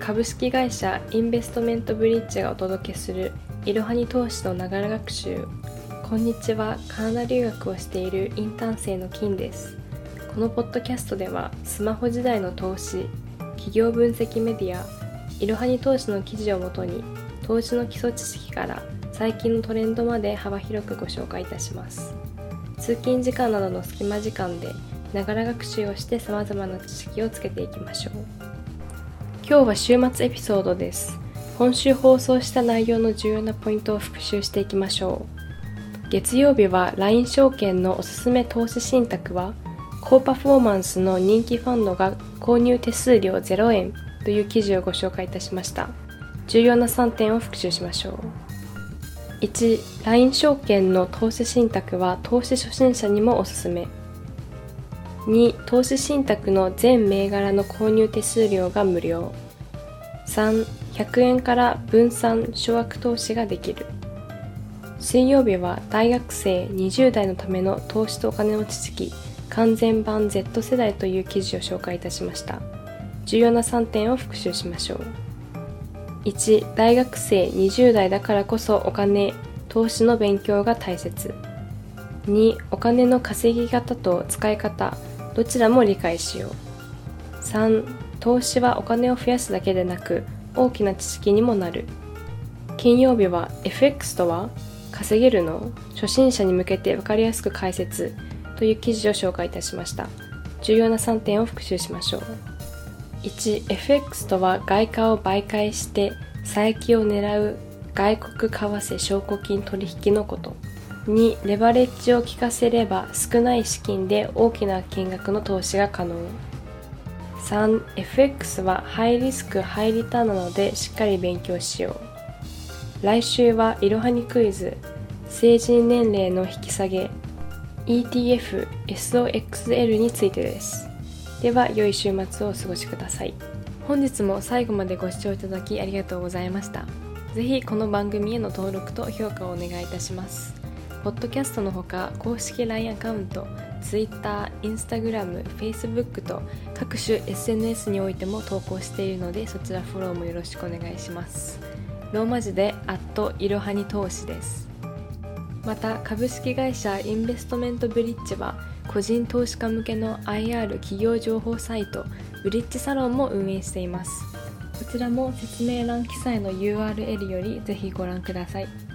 株式会社インベストメントブリッジがお届けするいろはに投資のながら学習。こんにちは。カナダ留学をしているインターン生の金です。このポッドキャストではスマホ時代の投資、企業分析メディア、いろはに投資の記事をもとに投資の基礎知識から最近のトレンドまで幅広くご紹介いたします。通勤時間などの隙間時間でながら学習をして様々な知識をつけていきましょう。今日は週末エピソードです。今週放送した内容の重要なポイントを復習していきましょう。月曜日は LINE 証券のおすすめ投資信託は高パフォーマンスの人気ファンドが購入手数料0円という記事をご紹介いたしました。重要な3点を復習しましょう。1、LINE 証券の投資信託は投資初心者にもおすすめ。2、投資信託の全銘柄の購入手数料が無料。3、100円から分散少額投資ができる。水曜日は大学生20代のための投資とお金の知識完全版 Z 世代という記事を紹介いたしました。重要な3点を復習しましょう。1、大学生20代だからこそお金、投資の勉強が大切。2、お金の稼ぎ方と使い方、どちらも理解しよう。3、投資はお金を増やすだけでなく大きな知識にもなる。金曜日は FX とは稼げるの？初心者に向けて分かりやすく解説という記事を紹介いたしました。重要な3点を復習しましょう。1、FX とは外貨を売買して差益を狙う外国為替証拠金取引のこと。2、レバレッジを効かせれば少ない資金で大きな金額の投資が可能。3、FX はハイリスクハイリターンなのでしっかり勉強しよう。来週はいろはにクイズ、成人年齢の引き下げ、ETF、SOXL についてです。では良い週末をお過ごしください。本日も最後までご視聴いただきありがとうございました。ぜひこの番組への登録と評価をお願いいたします。ポッドキャストのほか公式 LINE アカウント、Twitter、Instagram、Facebook と各種 SNS においても投稿しているのでそちらフォローもよろしくお願いします。ローマ字でいろはに投資です。また株式会社インベストメントブリッジは個人投資家向けの IR 企業情報サイトブリッジサロンも運営しています。こちらも説明欄記載の URL よりぜひご覧ください。